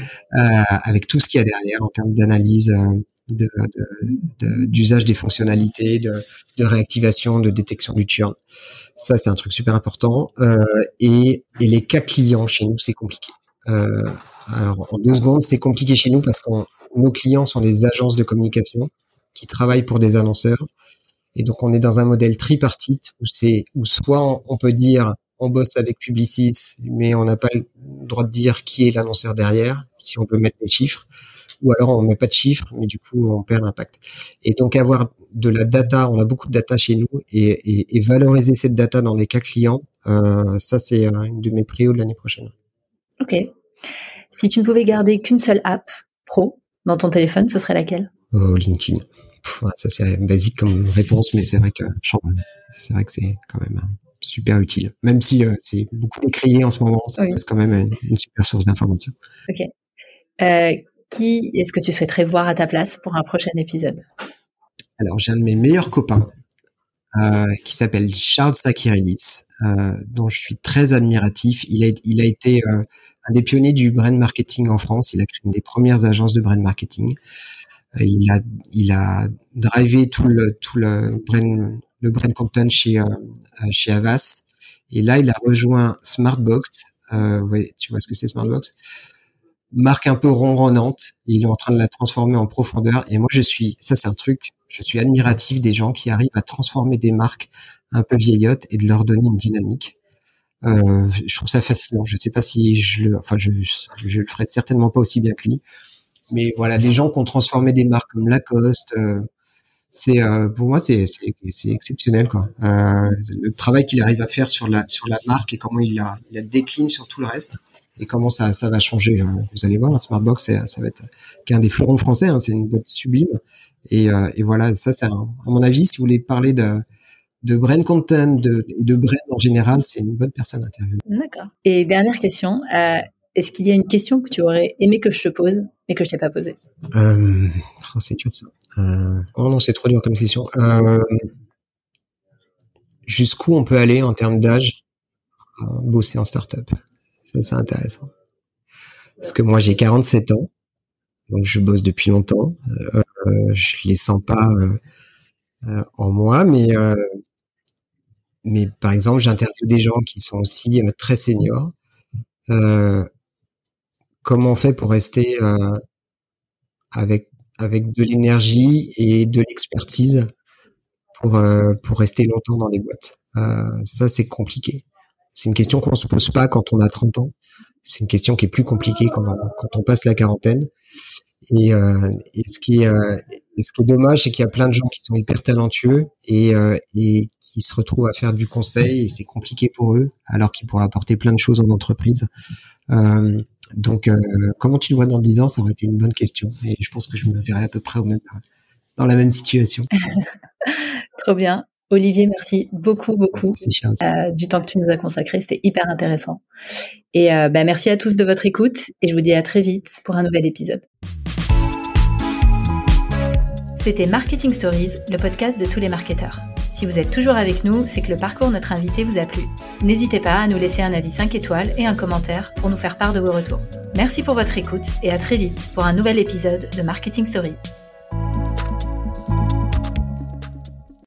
avec tout ce qu'il y a derrière en termes d'analyse, euh, de, de, de, d'usage des fonctionnalités, de, de réactivation, de détection du churn. Ça, c'est un truc super important. Euh, et, et les cas clients chez nous, c'est compliqué. Euh, alors, en deux secondes, c'est compliqué chez nous parce que nos clients sont des agences de communication qui travaillent pour des annonceurs. Et donc, on est dans un modèle tripartite où c'est, où soit on, on peut dire, on bosse avec Publicis, mais on n'a pas le droit de dire qui est l'annonceur derrière, si on peut mettre des chiffres, ou alors on met pas de chiffres, mais du coup, on perd l'impact. Et donc, avoir de la data, on a beaucoup de data chez nous, et, et, et valoriser cette data dans les cas clients, euh, ça, c'est une de mes prios de l'année prochaine. Ok. Si tu ne pouvais garder qu'une seule app pro dans ton téléphone, ce serait laquelle ? Oh, LinkedIn. Pff, ça c'est basique comme réponse, mais c'est vrai que c'est vrai que c'est quand même super utile. Même si euh, c'est beaucoup décrié en ce moment, ça oui. reste quand même une, une super source d'information. Ok. Euh, qui est-ce que tu souhaiterais voir à ta place pour un prochain épisode ? Alors j'ai un de mes meilleurs copains euh, qui s'appelle Charles Sakiridis, euh, dont je suis très admiratif. Il a il a été euh, un des pionniers du brand marketing en France. Il a créé une des premières agences de brand marketing. Il a, il a drivé tout le, tout le brand, le brand content chez, euh, chez Havas. Et là, il a rejoint Smartbox. Euh, ouais, tu vois ce que c'est Smartbox? Marque un peu ronronnante. Il est en train de la transformer en profondeur. Et moi, je suis, ça, c'est un truc, je suis admiratif des gens qui arrivent à transformer des marques un peu vieillottes et de leur donner une dynamique. Euh, je trouve ça fascinant. Je sais pas si je le, enfin, je, je le ferai certainement pas aussi bien que lui. Mais voilà, des gens qui ont transformé des marques comme Lacoste, euh, c'est euh, pour moi c'est c'est c'est exceptionnel quoi. Euh, le travail qu'il arrive à faire sur la sur la marque et comment il la il la décline sur tout le reste, et comment ça, ça va changer. Vous allez voir, Smartbox, c'est, ça va être qu'un des fleurons français. Hein, c'est une boîte sublime. Et, euh, et voilà, ça, c'est un, à mon avis, si vous voulez parler de, de brand content, de, de brand en général, c'est une bonne personne à interviewer. D'accord. Et dernière question, euh, est-ce qu'il y a une question que tu aurais aimé que je te pose, mais que je t'ai pas posée? euh, oh, C'est dur ça. Euh, oh non, c'est trop dur comme question. Euh, jusqu'où on peut aller en termes d'âge euh, bosser en start-up? Ça, c'est intéressant. Parce que moi, j'ai quarante-sept ans, donc je bosse depuis longtemps. Euh, je les sens pas euh, euh, en moi, mais euh, mais par exemple, j'interviewe des gens qui sont aussi euh, très seniors. Euh, comment on fait pour rester euh, avec avec de l'énergie et de l'expertise pour euh, pour rester longtemps dans des boîtes? Euh, ça, c'est compliqué. C'est une question qu'on se pose pas quand on a trente ans. C'est une question qui est plus compliquée quand on, quand on passe la quarantaine. Et, euh, et ce qui est, euh, et ce qui est dommage, c'est qu'il y a plein de gens qui sont hyper talentueux et, euh, et qui se retrouvent à faire du conseil et c'est compliqué pour eux, alors qu'ils pourraient apporter plein de choses en entreprise. Euh, donc, euh, comment tu le vois dans dix ans? Ça aurait été une bonne question. Et je pense que je me verrais à peu près au même, dans la même situation. Trop bien. Olivier, merci beaucoup, beaucoup Merci, euh, du temps que tu nous as consacré. C'était hyper intéressant. Et euh, bah, merci à tous de votre écoute et je vous dis à très vite pour un nouvel épisode. C'était Marketing Stories, le podcast de tous les marketeurs. Si vous êtes toujours avec nous, c'est que le parcours de notre invité vous a plu. N'hésitez pas à nous laisser un avis cinq étoiles et un commentaire pour nous faire part de vos retours. Merci pour votre écoute et à très vite pour un nouvel épisode de Marketing Stories.